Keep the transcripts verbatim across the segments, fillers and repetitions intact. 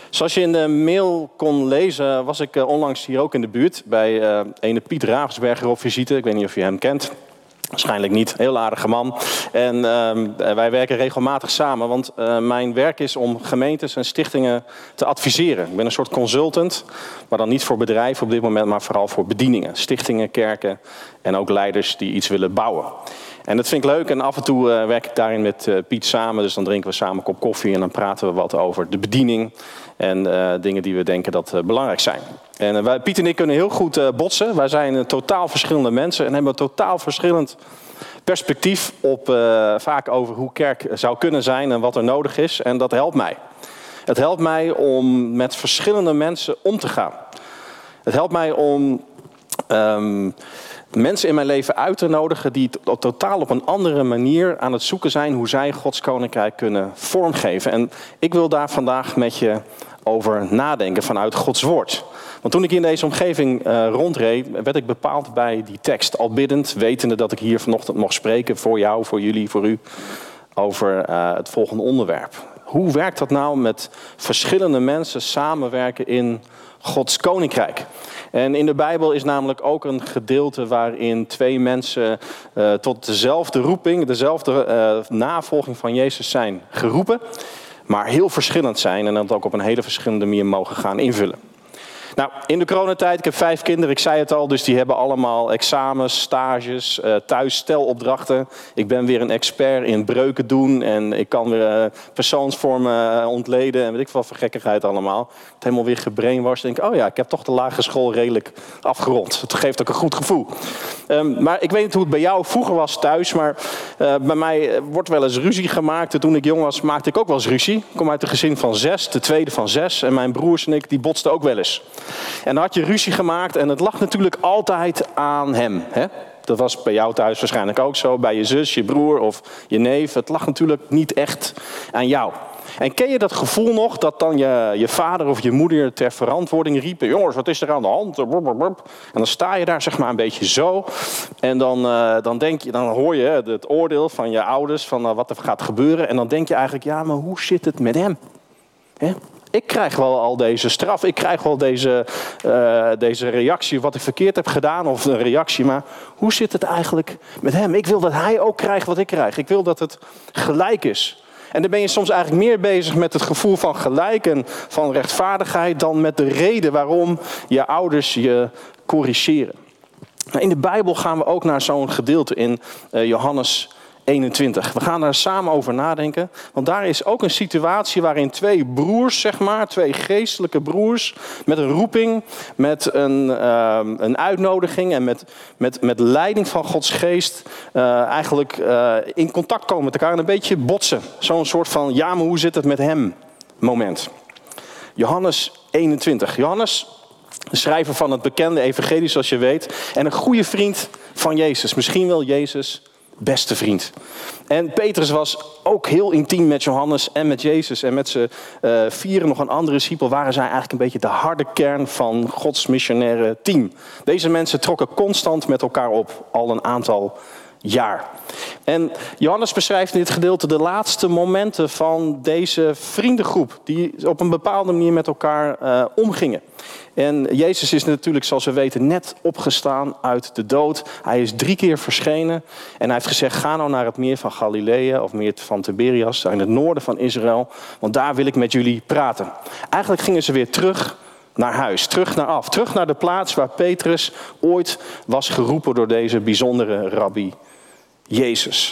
Zoals je in de mail kon lezen, was ik uh, onlangs hier ook in de buurt bij uh, ene Piet Ravensberger op visite. Ik weet niet of je hem kent. Waarschijnlijk niet. Heel aardige man. En uh, wij werken regelmatig samen, want uh, mijn werk is om gemeentes en stichtingen te adviseren. Ik ben een soort consultant, maar dan niet voor bedrijven op dit moment, maar vooral voor bedieningen. Stichtingen, kerken en ook leiders die iets willen bouwen. En dat vind ik leuk en af en toe uh, werk ik daarin met uh, Piet samen. Dus dan drinken we samen een kop koffie en dan praten we wat over de bediening. En uh, dingen die we denken dat uh, belangrijk zijn. En uh, wij, Piet en ik kunnen heel goed uh, botsen. Wij zijn uh, totaal verschillende mensen en hebben een totaal verschillend perspectief op uh, vaak over hoe kerk zou kunnen zijn en wat er nodig is. En dat helpt mij. Het helpt mij om met verschillende mensen om te gaan. Het helpt mij om Um, mensen in mijn leven uit te nodigen die totaal op een andere manier aan het zoeken zijn hoe zij Gods koninkrijk kunnen vormgeven. En ik wil daar vandaag met je over nadenken vanuit Gods woord. Want toen ik in deze omgeving uh, rondreed, werd ik bepaald bij die tekst. Al biddend, wetende dat ik hier vanochtend mocht spreken voor jou, voor jullie, voor u, over uh, het volgende onderwerp. Hoe werkt dat nou met verschillende mensen samenwerken in Gods koninkrijk? En in de Bijbel is namelijk ook een gedeelte waarin twee mensen uh, tot dezelfde roeping, dezelfde uh, navolging van Jezus zijn geroepen, maar heel verschillend zijn en dat ook op een hele verschillende manier mogen gaan invullen. Nou, in de coronatijd, ik heb vijf kinderen, ik zei het al, dus die hebben allemaal examens, stages, uh, thuis stelopdrachten. Ik ben weer een expert in breuken doen en ik kan weer uh, persoonsvormen uh, ontleden en weet ik wat voor gekkigheid allemaal. Het helemaal weer gebrainwashed. Denk ik, oh ja, ik heb toch de lagere school redelijk afgerond. Het geeft ook een goed gevoel. Um, maar ik weet niet hoe het bij jou vroeger was thuis, maar uh, bij mij wordt wel eens ruzie gemaakt. Toen ik jong was, maakte ik ook wel eens ruzie. Ik kom uit een gezin van zes, de tweede van zes en mijn broers en ik, die botsten ook wel eens. En dan had je ruzie gemaakt en het lag natuurlijk altijd aan hem. Hè? Dat was bij jou thuis waarschijnlijk ook zo. Bij je zus, je broer of je neef. Het lag natuurlijk niet echt aan jou. En ken je dat gevoel nog dat dan je, je vader of je moeder ter verantwoording riepen? Jongens, wat is er aan de hand? En dan sta je daar zeg maar een beetje zo. En dan, uh, dan, denk je, dan hoor je het oordeel van je ouders van uh, wat er gaat gebeuren. En dan denk je eigenlijk, ja, maar hoe zit het met hem? Hè? Ik krijg wel al deze straf, ik krijg wel deze, uh, deze reactie wat ik verkeerd heb gedaan of een reactie. Maar hoe zit het eigenlijk met hem? Ik wil dat hij ook krijgt wat ik krijg. Ik wil dat het gelijk is. En dan ben je soms eigenlijk meer bezig met het gevoel van gelijk en van rechtvaardigheid dan met de reden waarom je ouders je corrigeren. In de Bijbel gaan we ook naar zo'n gedeelte in uh, Johannes eenentwintig. We gaan daar samen over nadenken. Want daar is ook een situatie waarin twee broers, zeg maar, twee geestelijke broers, met een roeping, met een, uh, een uitnodiging en met, met, met leiding van Gods geest, uh, eigenlijk uh, in contact komen met elkaar en een beetje botsen. Zo'n soort van, ja, maar hoe zit het met hem moment. Johannes eenentwintig. Johannes, de schrijver van het bekende evangelie, zoals je weet, en een goede vriend van Jezus. Misschien wel Jezus' beste vriend. En Petrus was ook heel intiem met Johannes en met Jezus. En met z'n uh, vieren, nog een andere discipel, waren zij eigenlijk een beetje de harde kern van Gods missionaire team. Deze mensen trokken constant met elkaar op, al een aantal jaar. En Johannes beschrijft in dit gedeelte de laatste momenten van deze vriendengroep, die op een bepaalde manier met elkaar uh, omgingen. En Jezus is natuurlijk, zoals we weten, net opgestaan uit de dood. Hij is drie keer verschenen en hij heeft gezegd, ga nou naar het meer van Galilea of meer van Tiberias, in het noorden van Israël, want daar wil ik met jullie praten. Eigenlijk gingen ze weer terug naar huis, terug naar af, terug naar de plaats waar Petrus ooit was geroepen door deze bijzondere rabbi Jezus.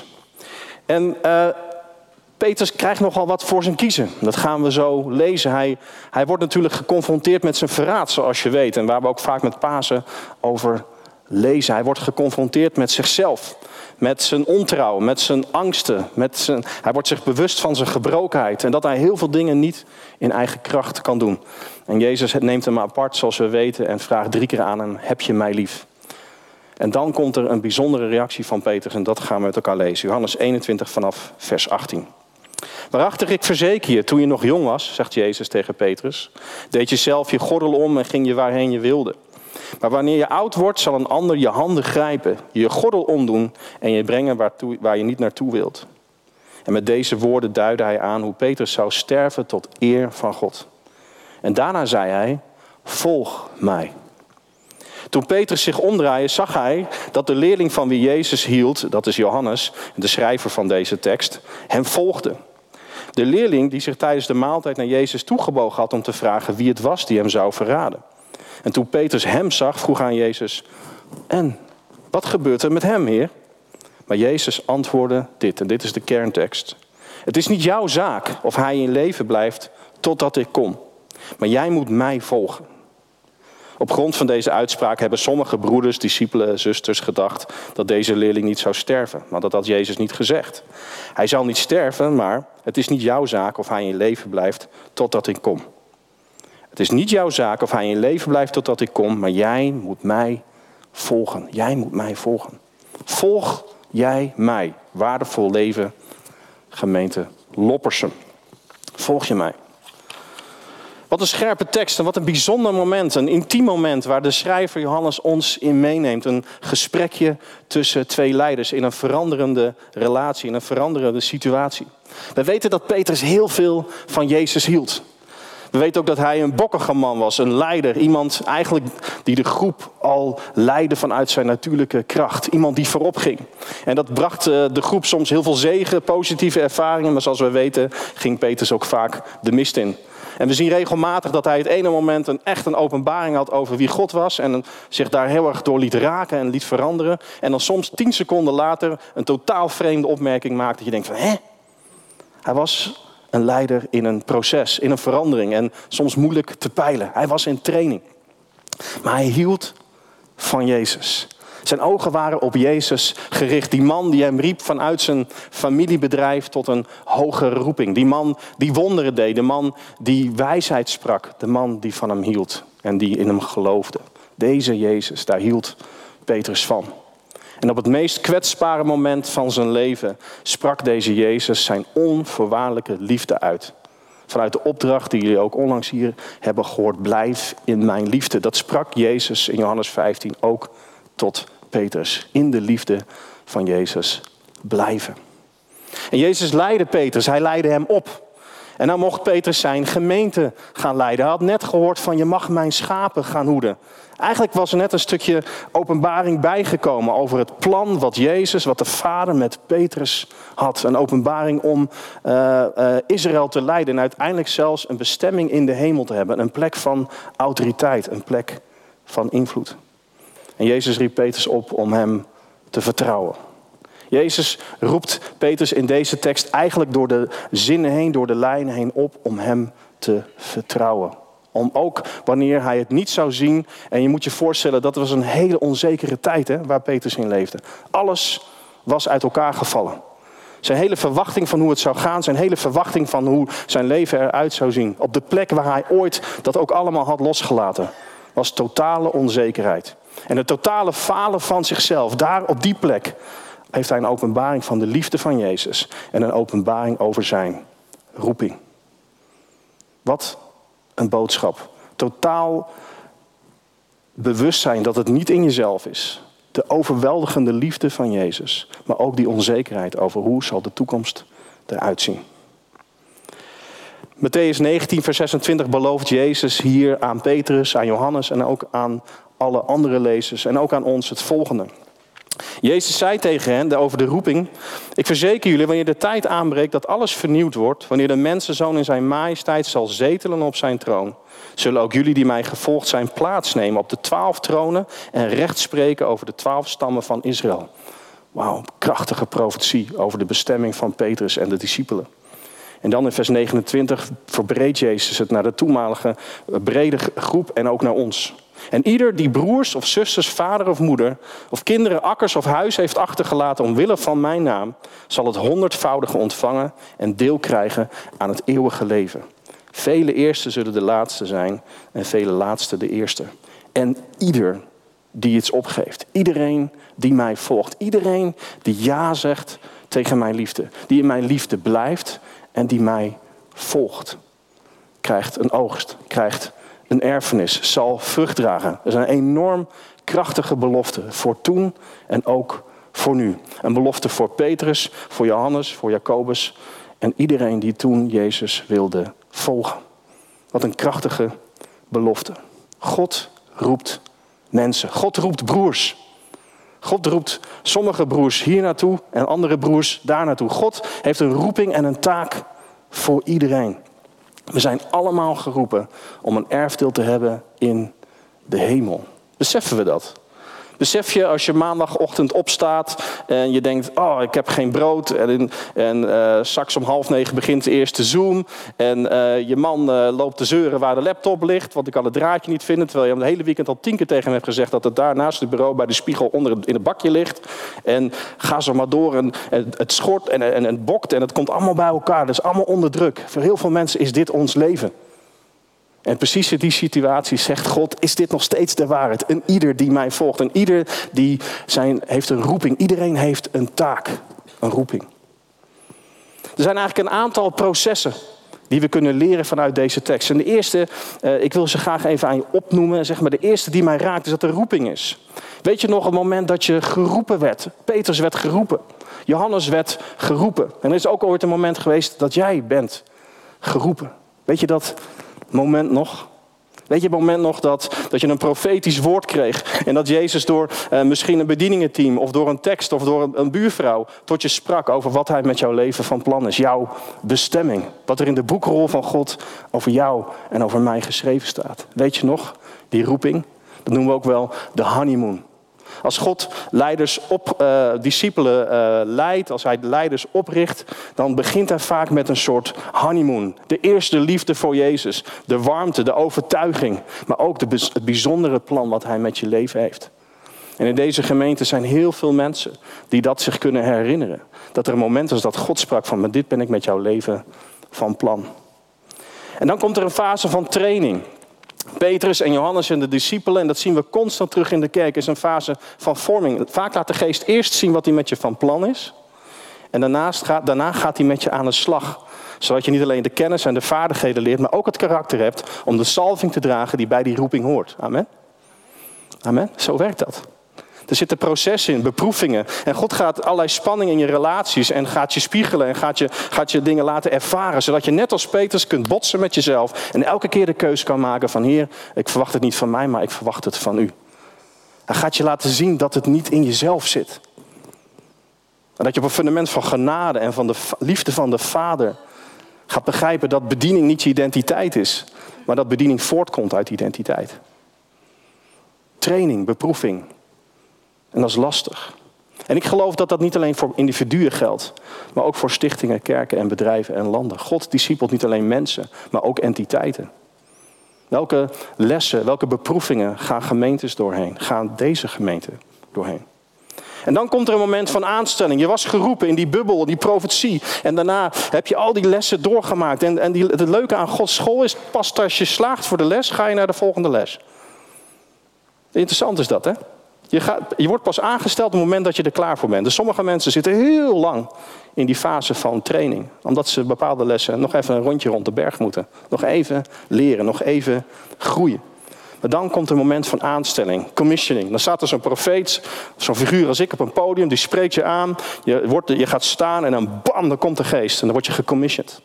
En uh, Petrus krijgt nogal wat voor zijn kiezen. Dat gaan we zo lezen. Hij, hij wordt natuurlijk geconfronteerd met zijn verraad, zoals je weet. En waar we ook vaak met Pasen over lezen. Hij wordt geconfronteerd met zichzelf. Met zijn ontrouw, met zijn angsten. Met zijn, hij wordt zich bewust van zijn gebrokenheid. En dat hij heel veel dingen niet in eigen kracht kan doen. En Jezus neemt hem apart, zoals we weten. En vraagt drie keer aan hem, heb je mij lief? En dan komt er een bijzondere reactie van Petrus. En dat gaan we met elkaar lezen. Johannes eenentwintig vanaf vers achttien. Waarachtig, ik verzeker je, toen je nog jong was, zegt Jezus tegen Petrus, deed je zelf je gordel om en ging je waarheen je wilde. Maar wanneer je oud wordt, zal een ander je handen grijpen, je je gordel omdoen en je brengen waartoe, waar je niet naartoe wilt. En met deze woorden duidde hij aan hoe Petrus zou sterven tot eer van God. En daarna zei hij, volg mij. Toen Petrus zich omdraaide, zag hij dat de leerling van wie Jezus hield, dat is Johannes, de schrijver van deze tekst, hem volgde. De leerling die zich tijdens de maaltijd naar Jezus toegebogen had om te vragen wie het was die hem zou verraden. En toen Petrus hem zag, vroeg aan Jezus, en wat gebeurt er met hem, Heer? Maar Jezus antwoordde dit, en dit is de kerntekst. Het is niet jouw zaak of hij in leven blijft totdat ik kom. Maar jij moet mij volgen. Op grond van deze uitspraak hebben sommige broeders, discipelen, zusters gedacht dat deze leerling niet zou sterven. Maar dat had Jezus niet gezegd. Hij zal niet sterven, maar het is niet jouw zaak of hij in leven blijft totdat ik kom. Het is niet jouw zaak of hij in leven blijft totdat ik kom, maar jij moet mij volgen. Jij moet mij volgen. Volg jij mij. Waardevol leven, gemeente Loppersum. Volg je mij. Wat een scherpe tekst en wat een bijzonder moment. Een intiem moment waar de schrijver Johannes ons in meeneemt. Een gesprekje tussen twee leiders in een veranderende relatie, in een veranderende situatie. We weten dat Petrus heel veel van Jezus hield. We weten ook dat hij een bokkige man was, een leider. Iemand eigenlijk die de groep al leidde vanuit zijn natuurlijke kracht. Iemand die voorop ging. En dat bracht de groep soms heel veel zegen, positieve ervaringen. Maar zoals we weten ging Petrus ook vaak de mist in. En we zien regelmatig dat hij het ene moment een, echt een openbaring had over wie God was. En zich daar heel erg door liet raken en liet veranderen. En dan soms tien seconden later een totaal vreemde opmerking maakt. Dat je denkt van, hè? Hij was een leider in een proces, in een verandering. En soms moeilijk te peilen. Hij was in training. Maar hij hield van Jezus. Zijn ogen waren op Jezus gericht. Die man die hem riep vanuit zijn familiebedrijf tot een hogere roeping. Die man die wonderen deed. De man die wijsheid sprak. De man die van hem hield en die in hem geloofde. Deze Jezus, daar hield Petrus van. En op het meest kwetsbare moment van zijn leven sprak deze Jezus zijn onvoorwaardelijke liefde uit. Vanuit de opdracht die jullie ook onlangs hier hebben gehoord. Blijf in mijn liefde. Dat sprak Jezus in Johannes vijftien ook tot Petrus. In de liefde van Jezus blijven. En Jezus leidde Petrus. Hij leidde hem op. En dan mocht Petrus zijn gemeente gaan leiden. Hij had net gehoord van je mag mijn schapen gaan hoeden. Eigenlijk was er net een stukje openbaring bijgekomen over het plan wat Jezus, wat de Vader met Petrus had. Een openbaring om uh, uh, Israël te leiden en uiteindelijk zelfs een bestemming in de hemel te hebben. Een plek van autoriteit, een plek van invloed. En Jezus riep Petrus op om hem te vertrouwen. Jezus roept Petrus in deze tekst eigenlijk door de zinnen heen, door de lijnen heen op om hem te vertrouwen. Om ook wanneer hij het niet zou zien. En je moet je voorstellen, dat was een hele onzekere tijd hè, waar Petrus in leefde. Alles was uit elkaar gevallen. Zijn hele verwachting van hoe het zou gaan. Zijn hele verwachting van hoe zijn leven eruit zou zien. Op de plek waar hij ooit dat ook allemaal had losgelaten. Was totale onzekerheid. En het totale falen van zichzelf. Daar op die plek heeft hij een openbaring van de liefde van Jezus. En een openbaring over zijn roeping. Wat een boodschap. Totaal bewustzijn dat het niet in jezelf is. De overweldigende liefde van Jezus. Maar ook die onzekerheid over hoe zal de toekomst eruit zien. Mattheüs negentien vers zesentwintig belooft Jezus hier aan Petrus, aan Johannes en ook aan alle andere lezers en ook aan ons het volgende. Jezus zei tegen hen over de roeping: ik verzeker jullie, wanneer de tijd aanbreekt dat alles vernieuwd wordt, wanneer de mensenzoon in zijn majesteit zal zetelen op zijn troon, zullen ook jullie die mij gevolgd zijn plaatsnemen op de twaalf tronen en recht spreken over de twaalf stammen van Israël. Wauw, krachtige profetie over de bestemming van Petrus en de discipelen. En dan in vers negenentwintig verbreedt Jezus het naar de toenmalige brede groep en ook naar ons. En ieder die broers of zusters, vader of moeder, of kinderen, akkers of huis heeft achtergelaten omwille van mijn naam, zal het honderdvoudige ontvangen en deel krijgen aan het eeuwige leven. Vele eersten zullen de laatste zijn en vele laatste de eerste. En ieder die iets opgeeft, iedereen die mij volgt, iedereen die ja zegt tegen mijn liefde, die in mijn liefde blijft en die mij volgt, krijgt een oogst, krijgt een erfenis, zal vrucht dragen. Dat is een enorm krachtige belofte voor toen en ook voor nu. Een belofte voor Petrus, voor Johannes, voor Jacobus en iedereen die toen Jezus wilde volgen. Wat een krachtige belofte. God roept mensen. God roept broers. God roept sommige broers hier naartoe en andere broers daar naartoe. God heeft een roeping en een taak voor iedereen. We zijn allemaal geroepen om een erfdeel te hebben in de hemel. Beseffen we dat? Besef je als je maandagochtend opstaat en je denkt, oh, ik heb geen brood. En, en uh, straks om half negen begint de eerste Zoom. En uh, je man uh, loopt te zeuren waar de laptop ligt, want ik kan het draadje niet vinden. Terwijl je hem de hele weekend al tien keer tegen hem hebt gezegd dat het daar naast het bureau bij de spiegel onder het, in het bakje ligt. En ga zo maar door en, en het schort en, en, en het bokt en het komt allemaal bij elkaar. Dat is allemaal onder druk. Voor heel veel mensen is dit ons leven. En precies in die situatie zegt God, is dit nog steeds de waarheid? En ieder die mij volgt, en ieder die zijn, heeft een roeping. Iedereen heeft een taak, een roeping. Er zijn eigenlijk een aantal processen die we kunnen leren vanuit deze tekst. En de eerste, uh, ik wil ze graag even aan je opnoemen. Zeg maar, de eerste die mij raakt is dat er roeping is. Weet je nog het moment dat je geroepen werd? Petrus werd geroepen. Johannes werd geroepen. En er is ook ooit een moment geweest dat jij bent geroepen. Weet je dat moment nog? Weet je het moment nog dat, dat je een profetisch woord kreeg en dat Jezus door uh, misschien een bedieningenteam of door een tekst of door een, een buurvrouw tot je sprak over wat hij met jouw leven van plan is. Jouw bestemming. Wat er in de boekrol van God over jou en over mij geschreven staat. Weet je nog? Die roeping. Dat noemen we ook wel de honeymoon. Als God leiders op, uh, discipelen uh, leidt, als hij leiders opricht, dan begint hij vaak met een soort honeymoon. De eerste liefde voor Jezus, de warmte, de overtuiging, maar ook de, het bijzondere plan wat hij met je leven heeft. En in deze gemeente zijn heel veel mensen die dat zich kunnen herinneren. Dat er een moment is dat God sprak van, maar dit ben ik met jouw leven van plan. En dan komt er een fase van training. Petrus en Johannes en de discipelen, en dat zien we constant terug in de kerk, is een fase van vorming. Vaak laat de geest eerst zien wat hij met je van plan is. En daarnaast gaat, daarna gaat hij met je aan de slag. Zodat je niet alleen de kennis en de vaardigheden leert, maar ook het karakter hebt om de salving te dragen die bij die roeping hoort. Amen? Amen? Zo werkt dat. Er zitten processen in, beproevingen. En God gaat allerlei spanning in je relaties en gaat je spiegelen en gaat je, gaat je dingen laten ervaren. Zodat je net als Petrus kunt botsen met jezelf en elke keer de keuze kan maken van, Heer, ik verwacht het niet van mij, maar ik verwacht het van u. Hij gaat je laten zien dat het niet in jezelf zit. En dat je op een fundament van genade en van de liefde van de Vader gaat begrijpen dat bediening niet je identiteit is, maar dat bediening voortkomt uit identiteit. Training, beproeving. En dat is lastig. En ik geloof dat dat niet alleen voor individuen geldt, maar ook voor stichtingen, kerken en bedrijven en landen. God discipelt niet alleen mensen, maar ook entiteiten. Welke lessen, welke beproevingen gaan gemeentes doorheen? Gaan deze gemeente doorheen? En dan komt er een moment van aanstelling. Je was geroepen in die bubbel, die profetie. En daarna heb je al die lessen doorgemaakt. En, en die, het leuke aan Gods school is, pas als je slaagt voor de les, ga je naar de volgende les. Interessant is dat, hè? Je, gaat, je wordt pas aangesteld op het moment dat je er klaar voor bent. Dus sommige mensen zitten heel lang in die fase van training. Omdat ze bepaalde lessen nog even een rondje rond de berg moeten. Nog even leren, nog even groeien. Maar dan komt een moment van aanstelling, commissioning. Dan staat er zo'n profeet, zo'n figuur als ik op een podium. Die spreekt je aan, je, wordt, je gaat staan en dan bam, dan komt de geest. En dan word je gecommissioned.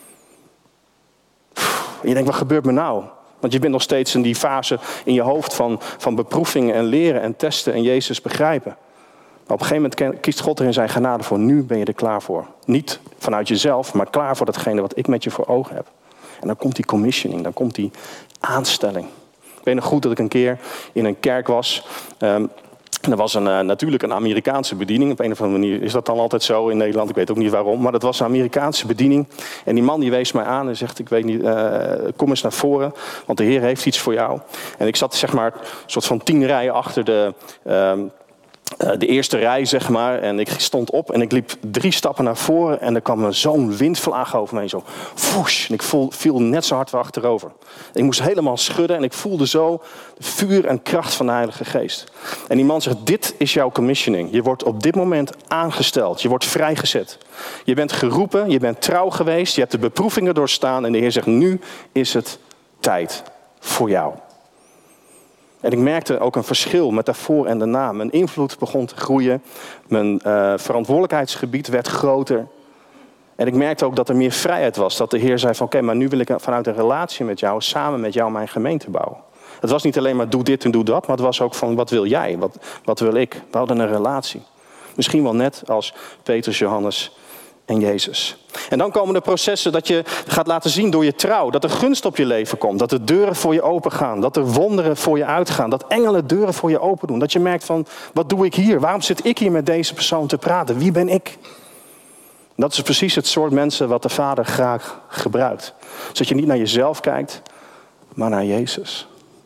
En je denkt, wat gebeurt me nou? Want je bent nog steeds in die fase in je hoofd van, van beproevingen en leren en testen en Jezus begrijpen. Maar op een gegeven moment kiest God er in zijn genade voor. Nu ben je er klaar voor. Niet vanuit jezelf, maar klaar voor datgene wat ik met je voor ogen heb. En dan komt die commissioning, dan komt die aanstelling. Ik weet nog goed dat ik een keer in een kerk was. Um, Er was een, uh, natuurlijk een Amerikaanse bediening. Op een of andere manier is dat dan altijd zo in Nederland. Ik weet ook niet waarom. Maar dat was een Amerikaanse bediening. En die man die wees mij aan en zegt, ik weet niet, uh, kom eens naar voren. Want de Heer heeft iets voor jou. En ik zat zeg maar een soort van tien rijen achter de, uh, uh, de eerste rij, zeg maar. En ik stond op en ik liep drie stappen naar voren. En er kwam zo'n windvlaag over me heen. Zo, woesh, en ik voel, viel net zo hard weer achterover. Ik moest helemaal schudden en ik voelde zo de vuur en kracht van de Heilige Geest. En die man zegt, dit is jouw commissioning. Je wordt op dit moment aangesteld. Je wordt vrijgezet. Je bent geroepen, je bent trouw geweest. Je hebt de beproevingen doorstaan. En de Heer zegt, nu is het tijd voor jou. En ik merkte ook een verschil met daarvoor en daarna. Mijn invloed begon te groeien. Mijn uh, verantwoordelijkheidsgebied werd groter. En ik merkte ook dat er meer vrijheid was. Dat de Heer zei van oké, okay, maar nu wil ik vanuit een relatie met jou, samen met jou mijn gemeente bouwen. Het was niet alleen maar doe dit en doe dat, maar het was ook van wat wil jij, wat, wat wil ik. We hadden een relatie. Misschien wel net als Petrus, Johannes en Jezus. En dan komen de processen dat je gaat laten zien door je trouw. Dat er gunst op je leven komt. Dat de deuren voor je open gaan. Dat er wonderen voor je uitgaan. Dat engelen deuren voor je open doen. Dat je merkt van, wat doe ik hier? Waarom zit ik hier met deze persoon te praten? Wie ben ik? Dat is precies het soort mensen wat de Vader graag gebruikt. Zodat je niet naar jezelf kijkt, maar naar Jezus.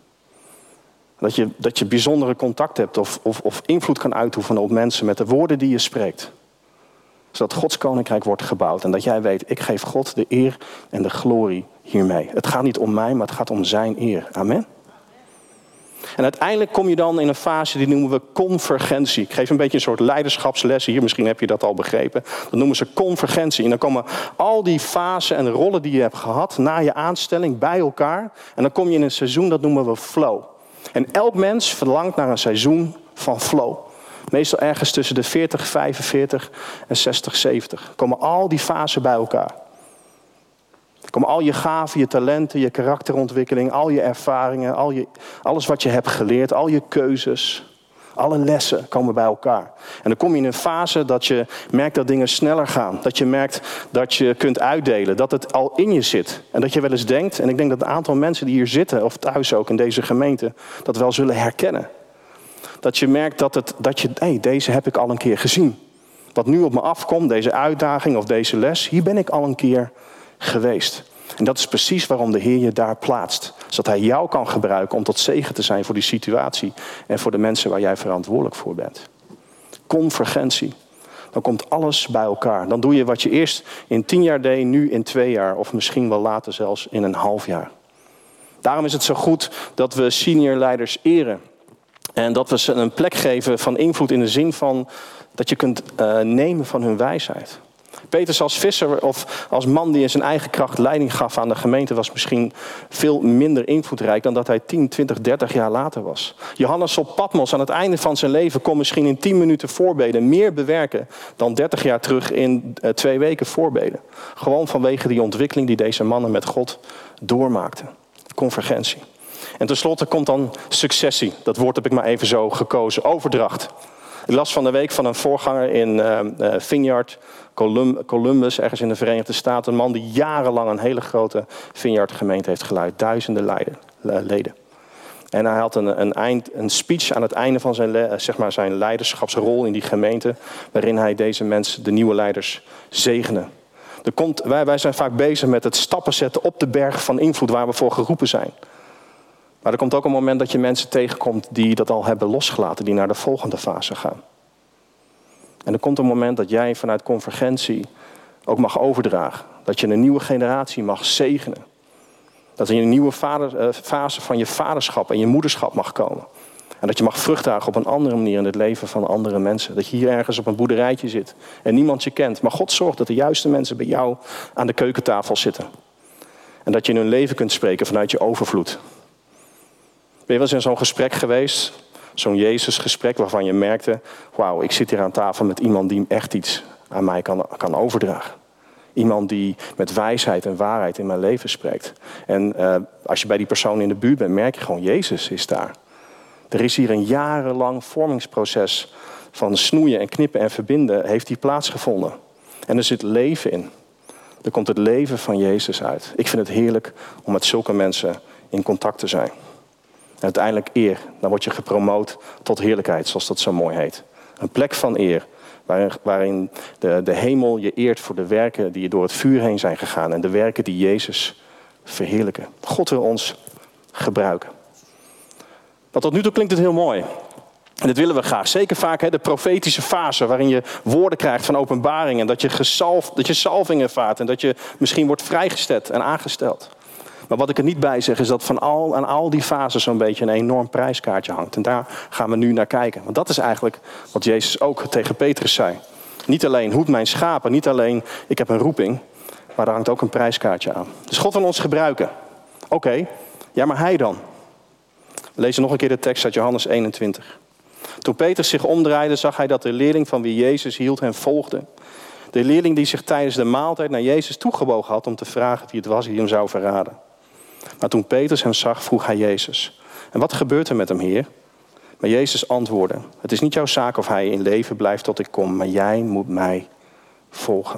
Dat je, dat je bijzondere contact hebt of, of, of invloed kan uitoefenen op mensen met de woorden die je spreekt. Zodat Gods koninkrijk wordt gebouwd. En dat jij weet, ik geef God de eer en de glorie hiermee. Het gaat niet om mij, maar het gaat om zijn eer. Amen. En uiteindelijk kom je dan in een fase die noemen we convergentie. Ik geef een beetje een soort leiderschapslessen hier. Misschien heb je dat al begrepen. Dat noemen ze convergentie. En dan komen al die fasen en rollen die je hebt gehad na je aanstelling bij elkaar. En dan kom je in een seizoen, dat noemen we flow. En elk mens verlangt naar een seizoen van flow. Meestal ergens tussen de veertig, vijfenveertig en zestig, zeventig. Komen al die fasen bij elkaar. Komen al je gaven, je talenten, je karakterontwikkeling, al je ervaringen, al je, alles wat je hebt geleerd, al je keuzes, alle lessen komen bij elkaar. En dan kom je in een fase dat je merkt dat dingen sneller gaan. Dat je merkt dat je kunt uitdelen, dat het al in je zit. En dat je wel eens denkt, en ik denk dat een aantal mensen die hier zitten, of thuis ook in deze gemeente, dat wel zullen herkennen. Dat je merkt dat, het, dat je, hé, hey, deze heb ik al een keer gezien. Wat nu op me afkomt, deze uitdaging of deze les, hier ben ik al een keer geweest. En dat is precies waarom de Heer je daar plaatst. Zodat hij jou kan gebruiken om tot zegen te zijn voor die situatie. En voor de mensen waar jij verantwoordelijk voor bent. Convergentie. Dan komt alles bij elkaar. Dan doe je wat je eerst in tien jaar deed, nu in twee jaar. Of misschien wel later zelfs in een half jaar. Daarom is het zo goed dat we senior leiders eren. En dat we ze een plek geven van invloed in de zin van dat je kunt uh, nemen van hun wijsheid. Petrus als visser of als man die in zijn eigen kracht leiding gaf aan de gemeente was misschien veel minder invloedrijk dan dat hij tien, twintig, dertig jaar later was. Johannes op Patmos aan het einde van zijn leven kon misschien in tien minuten voorbeden meer bewerken dan dertig jaar terug in uh, twee weken voorbeden. Gewoon vanwege die ontwikkeling die deze mannen met God doormaakten. Convergentie. En tenslotte komt dan successie. Dat woord heb ik maar even zo gekozen. Overdracht. Ik las van de week van een voorganger in uh, uh, Vineyard Columbus, ergens in de Verenigde Staten. Een man die jarenlang een hele grote Vineyard gemeente heeft geleid. Duizenden leiden, uh, leden. En hij had een, een, eind, een speech aan het einde van zijn, uh, zeg maar zijn leiderschapsrol in die gemeente. Waarin hij deze mensen, de nieuwe leiders, zegende. Er komt, wij, wij zijn vaak bezig met het stappen zetten op de berg van invloed waar we voor geroepen zijn. Maar er komt ook een moment dat je mensen tegenkomt die dat al hebben losgelaten. Die naar de volgende fase gaan. En er komt een moment dat jij vanuit convergentie ook mag overdragen. Dat je een nieuwe generatie mag zegenen. Dat er in een nieuwe vader, uh, fase van je vaderschap en je moederschap mag komen. En dat je mag vrucht dragen op een andere manier in het leven van andere mensen. Dat je hier ergens op een boerderijtje zit en niemand je kent. Maar God zorgt dat de juiste mensen bij jou aan de keukentafel zitten. En dat je in hun leven kunt spreken vanuit je overvloed. Ben je wel eens in zo'n gesprek geweest, zo'n Jezus-gesprek waarvan je merkte, wauw, ik zit hier aan tafel met iemand die echt iets aan mij kan, kan overdragen. Iemand die met wijsheid en waarheid in mijn leven spreekt. En uh, als je bij die persoon in de buurt bent, merk je gewoon, Jezus is daar. Er is hier een jarenlang vormingsproces van snoeien en knippen en verbinden, heeft hier plaatsgevonden. En er zit leven in. Er komt het leven van Jezus uit. Ik vind het heerlijk om met zulke mensen in contact te zijn. En uiteindelijk eer. Dan word je gepromoot tot heerlijkheid, zoals dat zo mooi heet. Een plek van eer. Waarin, waarin de, de hemel je eert voor de werken die door het vuur heen zijn gegaan. En de werken die Jezus verheerlijken. God wil ons gebruiken. Want tot nu toe klinkt het heel mooi. En dat willen we graag. Zeker vaak hè, de profetische fase waarin je woorden krijgt van openbaring. En dat je, gesalf, dat je salving ervaart. En dat je misschien wordt vrijgesteld en aangesteld. Maar wat ik er niet bij zeg is dat van al, aan al die fases zo'n beetje een enorm prijskaartje hangt. En daar gaan we nu naar kijken. Want dat is eigenlijk wat Jezus ook tegen Petrus zei. Niet alleen hoed mijn schapen, niet alleen ik heb een roeping. Maar daar hangt ook een prijskaartje aan. Dus God wil ons gebruiken. Oké, okay, ja maar hij dan? We lezen nog een keer de tekst uit Johannes eenentwintig. Toen Petrus zich omdraaide zag hij dat de leerling van wie Jezus hield hem volgde. De leerling die zich tijdens de maaltijd naar Jezus toegebogen had om te vragen wie het was die hem zou verraden. Maar toen Petrus hem zag, vroeg hij Jezus: en wat gebeurt er met hem, Heer? Maar Jezus antwoordde: het is niet jouw zaak of hij in leven blijft tot ik kom, maar jij moet mij volgen.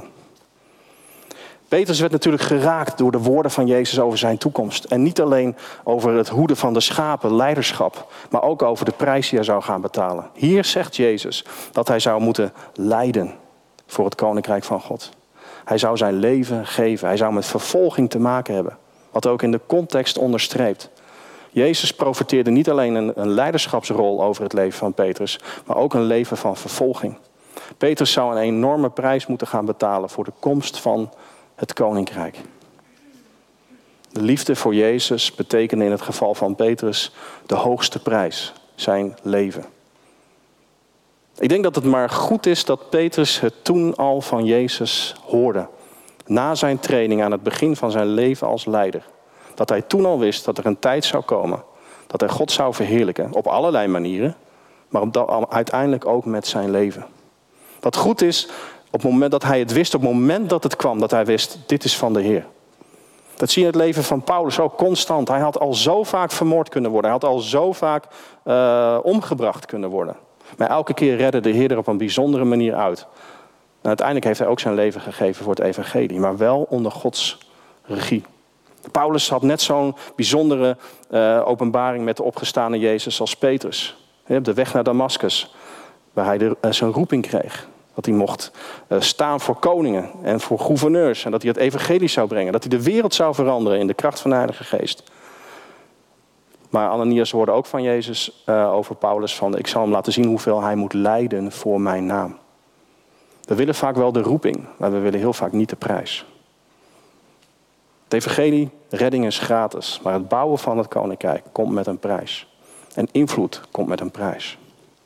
Petrus werd natuurlijk geraakt door de woorden van Jezus over zijn toekomst. En niet alleen over het hoeden van de schapen, leiderschap, maar ook over de prijs die hij zou gaan betalen. Hier zegt Jezus dat hij zou moeten lijden voor het koninkrijk van God. Hij zou zijn leven geven. Hij zou met vervolging te maken hebben. Wat ook in de context onderstreept. Jezus profeteerde niet alleen een, een leiderschapsrol over het leven van Petrus, maar ook een leven van vervolging. Petrus zou een enorme prijs moeten gaan betalen voor de komst van het koninkrijk. De liefde voor Jezus betekende in het geval van Petrus de hoogste prijs, zijn leven. Ik denk dat het maar goed is dat Petrus het toen al van Jezus hoorde. Na zijn training aan het begin van zijn leven als leider. Dat hij toen al wist dat er een tijd zou komen. Dat hij God zou verheerlijken op allerlei manieren. Maar uiteindelijk ook met zijn leven. Wat goed is, op het moment dat hij het wist, op het moment dat het kwam, dat hij wist, dit is van de Heer. Dat zie je in het leven van Paulus ook constant. Hij had al zo vaak vermoord kunnen worden. Hij had al zo vaak uh, omgebracht kunnen worden. Maar elke keer redde de Heer er op een bijzondere manier uit. En uiteindelijk heeft hij ook zijn leven gegeven voor het evangelie. Maar wel onder Gods regie. Paulus had net zo'n bijzondere uh, openbaring met de opgestane Jezus als Petrus. Op de weg naar Damascus. Waar hij de, uh, zijn roeping kreeg. Dat hij mocht uh, staan voor koningen en voor gouverneurs. En dat hij het evangelie zou brengen. Dat hij de wereld zou veranderen in de kracht van de Heilige Geest. Maar Ananias hoorde ook van Jezus uh, over Paulus van: ik zal hem laten zien hoeveel hij moet lijden voor mijn naam. We willen vaak wel de roeping, maar we willen heel vaak niet de prijs. Het evangelie, redding is gratis. Maar het bouwen van het koninkrijk komt met een prijs. En invloed komt met een prijs.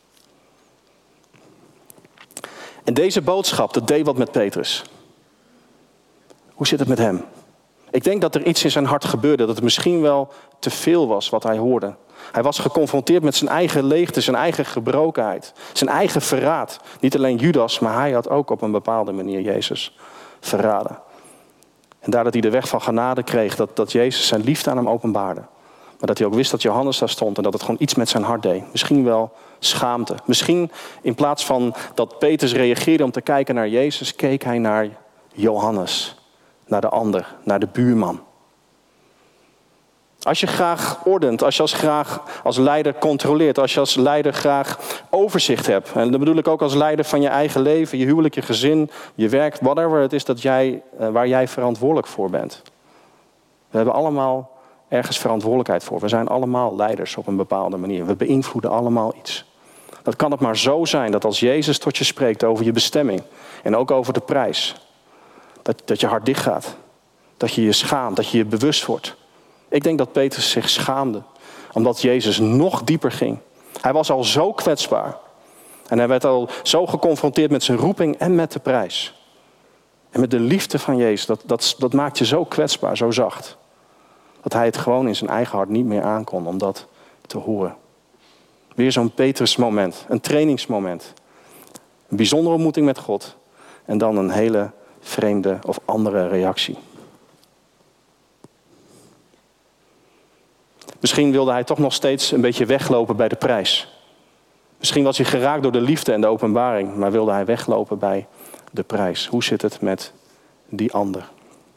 En deze boodschap, dat deed wat met Petrus. Hoe zit het met hem? Ik denk dat er iets in zijn hart gebeurde. Dat het misschien wel te veel was wat hij hoorde. Hij was geconfronteerd met zijn eigen leegte, zijn eigen gebrokenheid. Zijn eigen verraad. Niet alleen Judas, maar hij had ook op een bepaalde manier Jezus verraden. En daardoor hij de weg van genade kreeg, dat, dat Jezus zijn liefde aan hem openbaarde. Maar dat hij ook wist dat Johannes daar stond en dat het gewoon iets met zijn hart deed. Misschien wel schaamte. Misschien in plaats van dat Petrus reageerde om te kijken naar Jezus, keek hij naar Johannes. Naar de ander, naar de buurman. Als je graag ordent, als je als graag als leider controleert, als je als leider graag overzicht hebt. En dat bedoel ik ook als leider van je eigen leven, je huwelijk, je gezin, je werk, whatever het is dat jij, waar jij verantwoordelijk voor bent. We hebben allemaal ergens verantwoordelijkheid voor. We zijn allemaal leiders op een bepaalde manier. We beïnvloeden allemaal iets. Dat kan het maar zo zijn dat als Jezus tot je spreekt over je bestemming en ook over de prijs, dat, dat je hart dicht gaat. Dat je je schaamt, dat je je bewust wordt. Ik denk dat Petrus zich schaamde, omdat Jezus nog dieper ging. Hij was al zo kwetsbaar. En hij werd al zo geconfronteerd met zijn roeping en met de prijs. En met de liefde van Jezus, dat, dat, dat maakt je zo kwetsbaar, zo zacht. Dat hij het gewoon in zijn eigen hart niet meer aankon om dat te horen. Weer zo'n Petrus moment, een trainingsmoment. Een bijzondere ontmoeting met God. En dan een hele vreemde of andere reactie. Misschien wilde hij toch nog steeds een beetje weglopen bij de prijs. Misschien was hij geraakt door de liefde en de openbaring, maar wilde hij weglopen bij de prijs. Hoe zit het met die ander?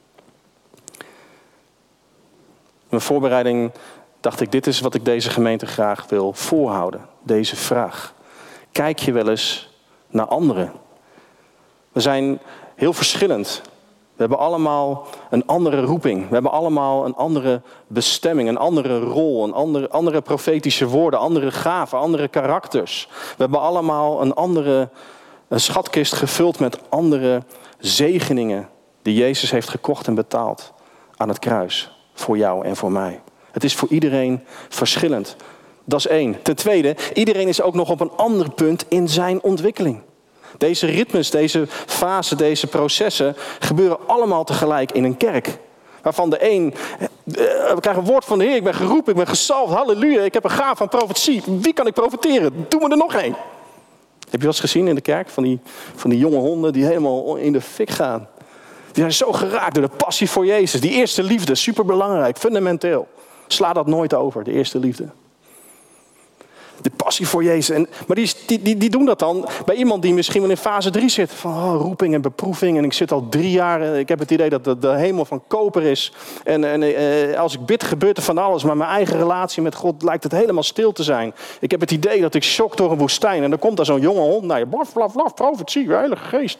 In mijn voorbereiding dacht ik, dit is wat ik deze gemeente graag wil voorhouden. Deze vraag. Kijk je wel eens naar anderen? We zijn heel verschillend. We hebben allemaal een andere roeping. We hebben allemaal een andere bestemming, een andere rol, een andere, andere profetische woorden, andere gaven, andere karakters. We hebben allemaal een andere een schatkist gevuld met andere zegeningen die Jezus heeft gekocht en betaald aan het kruis. Voor jou en voor mij. Het is voor iedereen verschillend. Dat is één. Ten tweede, iedereen is ook nog op een ander punt in zijn ontwikkeling. Deze ritmes, deze fasen, deze processen gebeuren allemaal tegelijk in een kerk. Waarvan de een, we krijgen een woord van de Heer, ik ben geroepen, ik ben gezalfd, halleluja, ik heb een gaaf van profetie. Wie kan ik profeteren? Doe me er nog één. Heb je wel eens gezien in de kerk van die, van die jonge honden die helemaal in de fik gaan? Die zijn zo geraakt door de passie voor Jezus. Die eerste liefde, superbelangrijk, fundamenteel. Sla dat nooit over, de eerste liefde. De passie voor Jezus. En, maar die, die, die, die doen dat dan bij iemand die misschien wel in fase drie zit. Van oh, roeping en beproeving. En ik zit al drie jaar. Ik heb het idee dat de, de hemel van koper is. En, en eh, als ik bid gebeurt er van alles. Maar mijn eigen relatie met God lijkt het helemaal stil te zijn. Ik heb het idee dat ik shock door een woestijn. En dan komt daar zo'n jonge hond naar je. Blaf, blaf, blaf, profetie, heilige geest.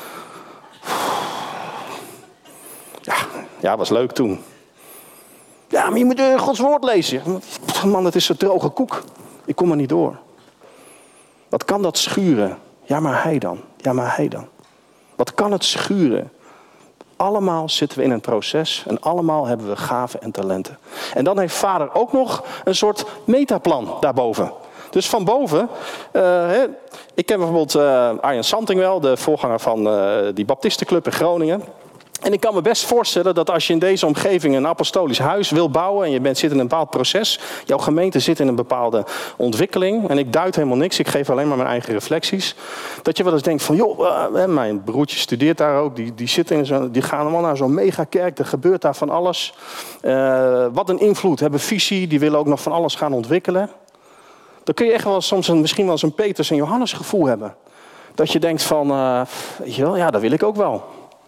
Ja, ja, was leuk toen. Ja, maar je moet uh, Gods woord lezen. Man, het is een droge koek. Ik kom er niet door. Wat kan dat schuren? Ja, maar hij dan. Ja, maar hij dan. Wat kan het schuren? Allemaal zitten we in een proces en allemaal hebben we gaven en talenten. En dan heeft Vader ook nog een soort metaplan daarboven. Dus van boven, uh, hè, ik ken bijvoorbeeld uh, Arjen Santing wel, de voorganger van uh, die Baptistenclub in Groningen. En ik kan me best voorstellen dat als je in deze omgeving een apostolisch huis wil bouwen en je bent, zit in een bepaald proces, jouw gemeente zit in een bepaalde ontwikkeling, en ik duid helemaal niks, ik geef alleen maar mijn eigen reflecties, dat je wel eens denkt van, joh, uh, mijn broertje studeert daar ook, die, die, zit in zo, die gaan allemaal naar zo'n megakerk, er gebeurt daar van alles. Uh, wat een invloed, hebben visie, die willen ook nog van alles gaan ontwikkelen. Dan kun je echt wel soms een, misschien wel eens een Petrus en Johannes gevoel hebben. Dat je denkt van, uh, weet je wel, ja, dat wil ik ook wel.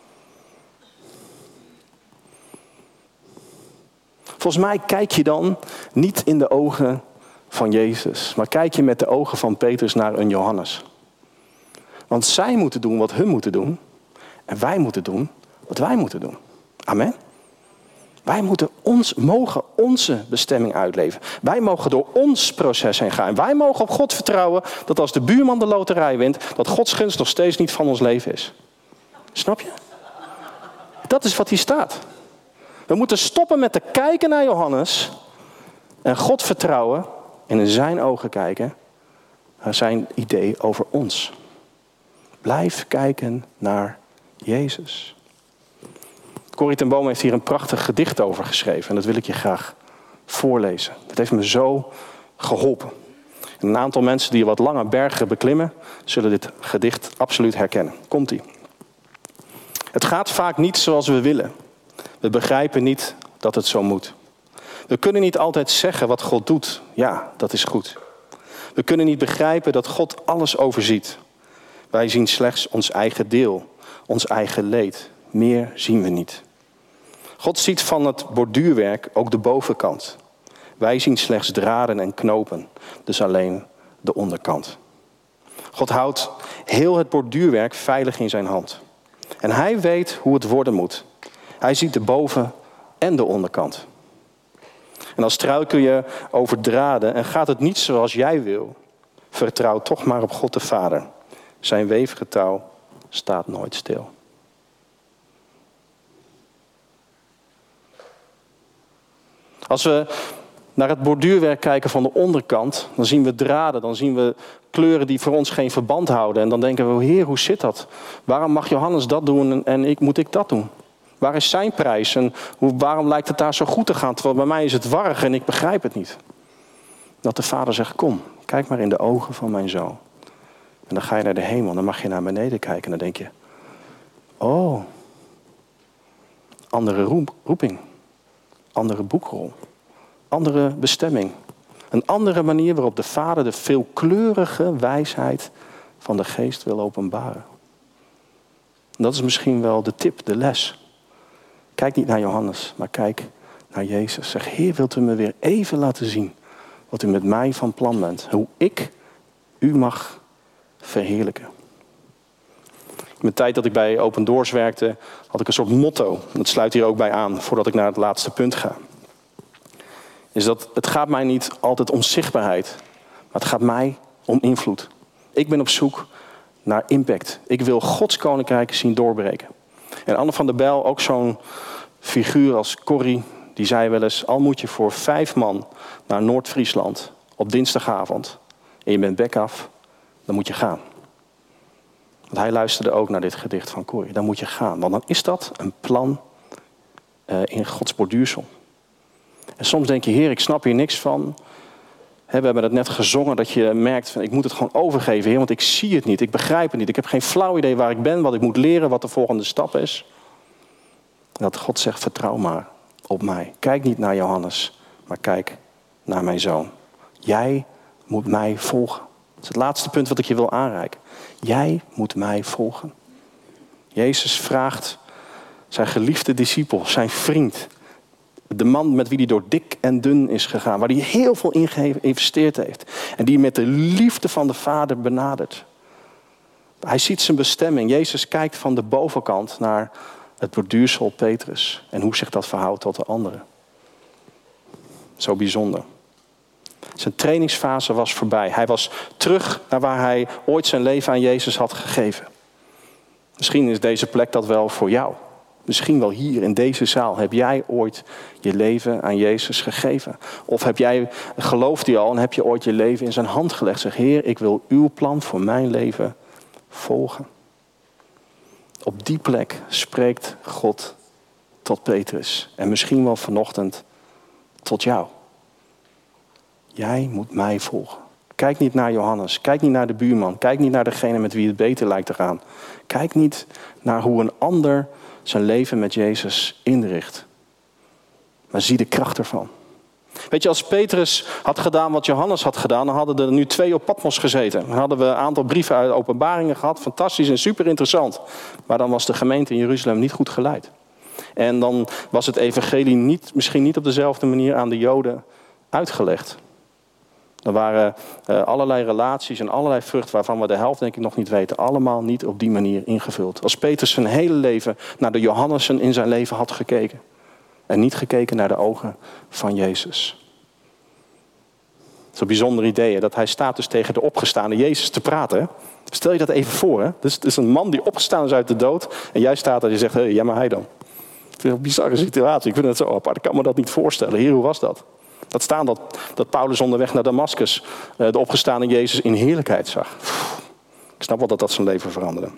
Volgens mij kijk je dan niet in de ogen van Jezus, maar kijk je met de ogen van Petrus naar een Johannes. Want zij moeten doen wat hun moeten doen en wij moeten doen wat wij moeten doen. Amen. Wij moeten ons, mogen onze bestemming uitleven. Wij mogen door ons proces heen gaan. En wij mogen op God vertrouwen dat als de buurman de loterij wint, dat Gods gunst nog steeds niet van ons leven is. Snap je? Dat is wat hier staat. We moeten stoppen met te kijken naar Johannes en God vertrouwen en in zijn ogen kijken naar zijn idee over ons. Blijf kijken naar Jezus. Corrie ten Boom heeft hier een prachtig gedicht over geschreven en dat wil ik je graag voorlezen. Dat heeft me zo geholpen. En een aantal mensen die wat lange bergen beklimmen, zullen dit gedicht absoluut herkennen. Komt-ie. Het gaat vaak niet zoals we willen. We begrijpen niet dat het zo moet. We kunnen niet altijd zeggen wat God doet. Ja, dat is goed. We kunnen niet begrijpen dat God alles overziet. Wij zien slechts ons eigen deel, ons eigen leed. Meer zien we niet. God ziet van het borduurwerk ook de bovenkant. Wij zien slechts draden en knopen, dus alleen de onderkant. God houdt heel het borduurwerk veilig in zijn hand. En hij weet hoe het worden moet. Hij ziet de boven- en de onderkant. En als struikel je over draden en gaat het niet zoals jij wil, vertrouw toch maar op God de Vader. Zijn weefgetouw staat nooit stil. Als we naar het borduurwerk kijken van de onderkant, dan zien we draden, dan zien we kleuren die voor ons geen verband houden. En dan denken we, Heer, hoe zit dat? Waarom mag Johannes dat doen en ik, moet ik dat doen? Waar is zijn prijs en hoe, waarom lijkt het daar zo goed te gaan? Terwijl bij mij is het warrig en ik begrijp het niet. Dat de vader zegt, kom, kijk maar in de ogen van mijn zoon. En dan ga je naar de hemel, dan mag je naar beneden kijken en dan denk je, oh, andere roep, roeping, andere boekrol, andere bestemming. Een andere manier waarop de vader de veelkleurige wijsheid van de geest wil openbaren. En dat is misschien wel de tip, de les. Kijk niet naar Johannes, maar kijk naar Jezus. Zeg, Heer, wilt u me weer even laten zien wat u met mij van plan bent. Hoe ik u mag verheerlijken. In de tijd dat ik bij Open Doors werkte, had ik een soort motto. Dat sluit hier ook bij aan, voordat ik naar het laatste punt ga. Is dat het gaat mij niet altijd om zichtbaarheid, maar het gaat mij om invloed. Ik ben op zoek naar impact. Ik wil Gods koninkrijk zien doorbreken. En Anne van der Bijl, ook zo'n figuur als Corrie, die zei wel eens, al moet je voor vijf man naar Noord-Friesland op dinsdagavond en je bent bek af, dan moet je gaan. Want hij luisterde ook naar dit gedicht van Corrie. Dan moet je gaan, want dan is dat een plan uh, in Gods borduursel. En soms denk je, Heer, ik snap hier niks van. We hebben het net gezongen dat je merkt, van, ik moet het gewoon overgeven, Heer, want ik zie het niet, ik begrijp het niet. Ik heb geen flauw idee waar ik ben, wat ik moet leren, wat de volgende stap is. En dat God zegt, vertrouw maar op mij. Kijk niet naar Johannes, maar kijk naar mijn zoon. Jij moet mij volgen. Dat is het laatste punt wat ik je wil aanreiken. Jij moet mij volgen. Jezus vraagt zijn geliefde discipel, zijn vriend, de man met wie hij door dik en dun is gegaan, waar hij heel veel in geïnvesteerd heeft. En die met de liefde van de Vader benadert. Hij ziet zijn bestemming. Jezus kijkt van de bovenkant naar het borduursel Petrus. En hoe zich dat verhoudt tot de anderen. Zo bijzonder. Zijn trainingsfase was voorbij. Hij was terug naar waar hij ooit zijn leven aan Jezus had gegeven. Misschien is deze plek dat wel voor jou. Misschien wel hier in deze zaal heb jij ooit je leven aan Jezus gegeven. Of heb jij, gelooft hij al en heb je ooit je leven in zijn hand gelegd. Zeg, Heer, ik wil uw plan voor mijn leven volgen. Op die plek spreekt God tot Petrus. En misschien wel vanochtend tot jou. Jij moet mij volgen. Kijk niet naar Johannes. Kijk niet naar de buurman. Kijk niet naar degene met wie het beter lijkt te gaan. Kijk niet naar hoe een ander zijn leven met Jezus inricht. Maar zie de kracht ervan. Weet je, als Petrus had gedaan wat Johannes had gedaan, dan hadden er nu twee op Patmos gezeten. Dan hadden we een aantal brieven uit Openbaringen gehad. Fantastisch en super interessant. Maar dan was de gemeente in Jeruzalem niet goed geleid. En dan was het evangelie niet, misschien niet op dezelfde manier aan de Joden uitgelegd. Er waren uh, allerlei relaties en allerlei vruchten waarvan we de helft denk ik nog niet weten. Allemaal niet op die manier ingevuld. Als Petrus zijn hele leven naar de Johannessen in zijn leven had gekeken. En niet gekeken naar de ogen van Jezus. Zo'n bijzonder idee hè? Dat hij staat dus tegen de opgestaande Jezus te praten. Hè? Stel je dat even voor. Hè? Dus het is een man die opgestaan is uit de dood. En jij staat daar en je zegt, hé, hey, ja maar hij dan. Het is een bizarre situatie. Ik vind het zo apart. Ik kan me dat niet voorstellen. Heer, hoe was dat? Dat staan dat, dat Paulus onderweg naar Damascus uh, de opgestaande Jezus in heerlijkheid zag. Ik snap wel dat dat zijn leven veranderde.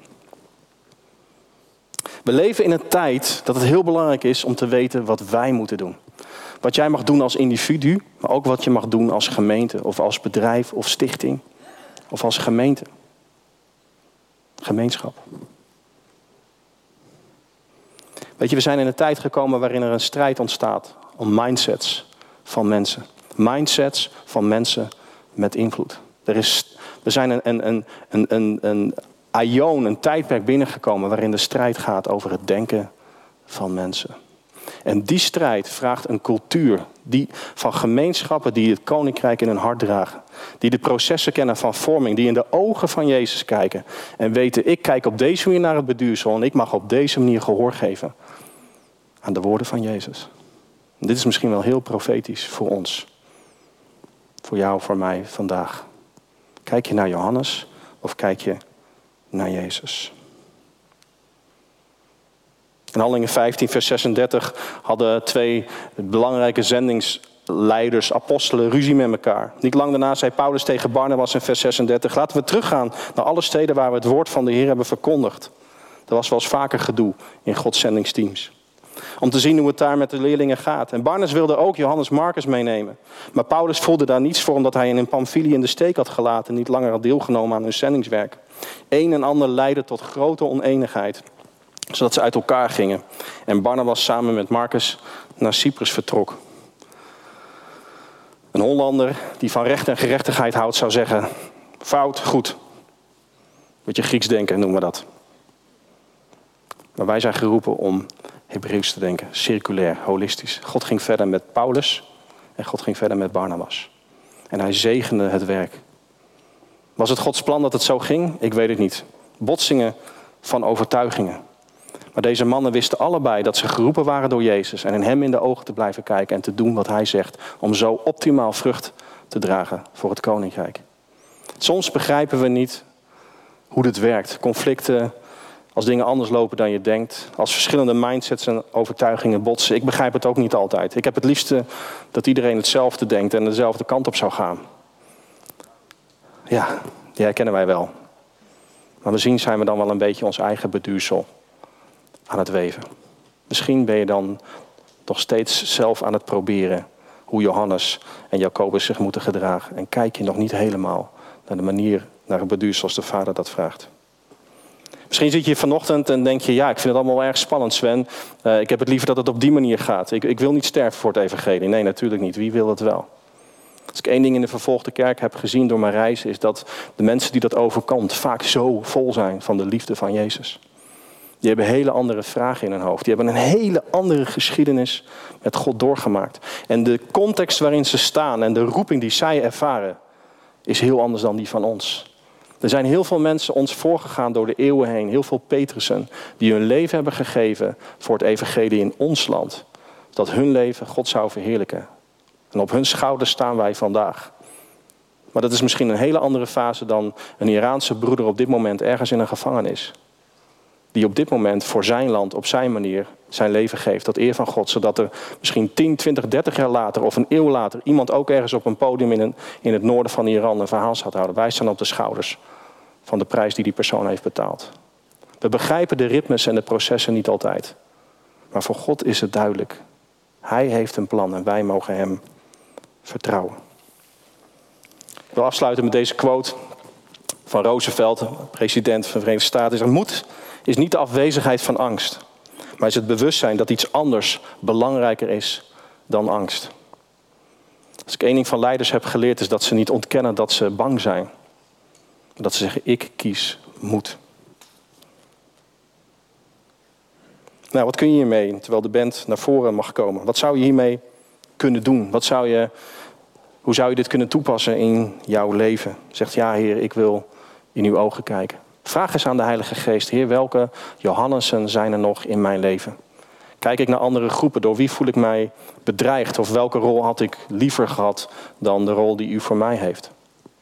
We leven in een tijd dat het heel belangrijk is om te weten wat wij moeten doen. Wat jij mag doen als individu, maar ook wat je mag doen als gemeente of als bedrijf of stichting of als gemeente. Gemeenschap. Weet je, we zijn in een tijd gekomen waarin er een strijd ontstaat om mindsets van mensen. Mindsets van mensen met invloed. Er is, we zijn een, een, een, een, een, een aion, een tijdperk binnengekomen waarin de strijd gaat over het denken van mensen. En die strijd vraagt een cultuur die, van gemeenschappen die het koninkrijk in hun hart dragen. Die de processen kennen van vorming, die in de ogen van Jezus kijken. En weten, ik kijk op deze manier naar het beduursel en ik mag op deze manier gehoor geven aan de woorden van Jezus. En dit is misschien wel heel profetisch voor ons. Voor jou, voor mij vandaag. Kijk je naar Johannes of kijk je naar Jezus? In Handelingen vijftien, vers zesendertig hadden twee belangrijke zendingsleiders, apostelen, ruzie met elkaar. Niet lang daarna zei Paulus tegen Barnabas in vers zesendertig... laten we teruggaan naar alle steden waar we het woord van de Heer hebben verkondigd. Er was wel eens vaker gedoe in Gods zendingsteams. Om te zien hoe het daar met de leerlingen gaat. En Barnabas wilde ook Johannes Marcus meenemen. Maar Paulus voelde daar niets voor omdat hij in Pamphylië in de steek had gelaten en niet langer had deelgenomen aan hun zendingswerk. Een en ander leidde tot grote oneenigheid, zodat ze uit elkaar gingen. En Barnabas samen met Marcus naar Cyprus vertrok. Een Hollander die van recht en gerechtigheid houdt zou zeggen, fout, goed. Beetje Grieks denken noemen we dat. Maar wij zijn geroepen om Hebreeuws te denken, circulair, holistisch. God ging verder met Paulus en God ging verder met Barnabas. En hij zegende het werk. Was het Gods plan dat het zo ging? Ik weet het niet. Botsingen van overtuigingen. Maar deze mannen wisten allebei dat ze geroepen waren door Jezus en in hem in de ogen te blijven kijken en te doen wat hij zegt, om zo optimaal vrucht te dragen voor het koninkrijk. Soms begrijpen we niet hoe dit werkt. Conflicten, als dingen anders lopen dan je denkt. Als verschillende mindsets en overtuigingen botsen. Ik begrijp het ook niet altijd. Ik heb het liefste dat iedereen hetzelfde denkt en dezelfde kant op zou gaan. Ja, die herkennen wij wel. Maar misschien zijn we dan wel een beetje ons eigen beduursel aan het weven. Misschien ben je dan nog steeds zelf aan het proberen hoe Johannes en Jacobus zich moeten gedragen. En kijk je nog niet helemaal naar de manier, naar het beduur zoals de Vader dat vraagt. Misschien zit je hier vanochtend en denk je, ja, ik vind het allemaal wel erg spannend, Sven. Uh, ik heb het liever dat het op die manier gaat. Ik, ik wil niet sterven voor het evangelie. Nee, natuurlijk niet. Wie wil het wel? Als ik één ding in de vervolgde kerk heb gezien door mijn reizen, is dat de mensen die dat overkomt vaak zo vol zijn van de liefde van Jezus. Die hebben hele andere vragen in hun hoofd. Die hebben een hele andere geschiedenis met God doorgemaakt. En de context waarin ze staan en de roeping die zij ervaren, is heel anders dan die van ons. Er zijn heel veel mensen ons voorgegaan door de eeuwen heen. Heel veel Petrussen die hun leven hebben gegeven voor het evangelie in ons land. Dat hun leven God zou verheerlijken. En op hun schouders staan wij vandaag. Maar dat is misschien een hele andere fase dan een Iraanse broeder op dit moment ergens in een gevangenis. Die op dit moment voor zijn land op zijn manier zijn leven geeft tot eer van God. Zodat er misschien tien, twintig, dertig jaar later of een eeuw later iemand ook ergens op een podium in, een, in het noorden van Iran een verhaal zou houden. Wij staan op de schouders van de prijs die die persoon heeft betaald. We begrijpen de ritmes en de processen niet altijd. Maar voor God is het duidelijk. Hij heeft een plan en wij mogen hem vertrouwen. Ik wil afsluiten met deze quote van Roosevelt, president van de Verenigde Staten. Hij zegt, moed is niet de afwezigheid van angst, maar is het bewustzijn dat iets anders belangrijker is dan angst. Als ik één ding van leiders heb geleerd, is dat ze niet ontkennen dat ze bang zijn. Maar dat ze zeggen, ik kies moed. Nou, wat kun je hiermee, terwijl de band naar voren mag komen? Wat zou je hiermee kunnen doen? Wat zou je, hoe zou je dit kunnen toepassen in jouw leven? Zegt, ja Heer, ik wil in uw ogen kijken. Vraag eens aan de Heilige Geest, Heer, welke Johannessen zijn er nog in mijn leven? Kijk ik naar andere groepen, door wie voel ik mij bedreigd? Of welke rol had ik liever gehad dan de rol die u voor mij heeft?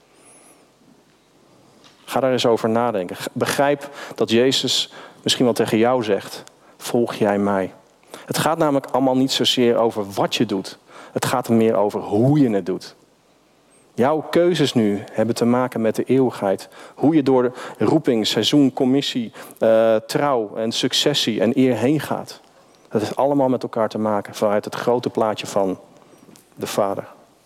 Ga daar eens over nadenken. Begrijp dat Jezus misschien wel tegen jou zegt, volg jij mij? Het gaat namelijk allemaal niet zozeer over wat je doet. Het gaat er meer over hoe je het doet. Jouw keuzes nu hebben te maken met de eeuwigheid. Hoe je door de roeping, seizoen, commissie, uh, trouw en successie en eer heen gaat. Dat heeft allemaal met elkaar te maken vanuit het grote plaatje van de Vader.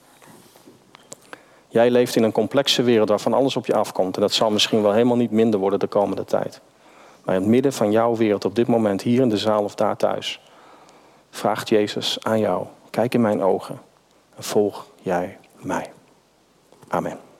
Jij leeft in een complexe wereld waarvan alles op je afkomt. En dat zal misschien wel helemaal niet minder worden de komende tijd. Maar in het midden van jouw wereld op dit moment, hier in de zaal of daar thuis, vraagt Jezus aan jou, kijk in mijn ogen en volg jij mij. Amen.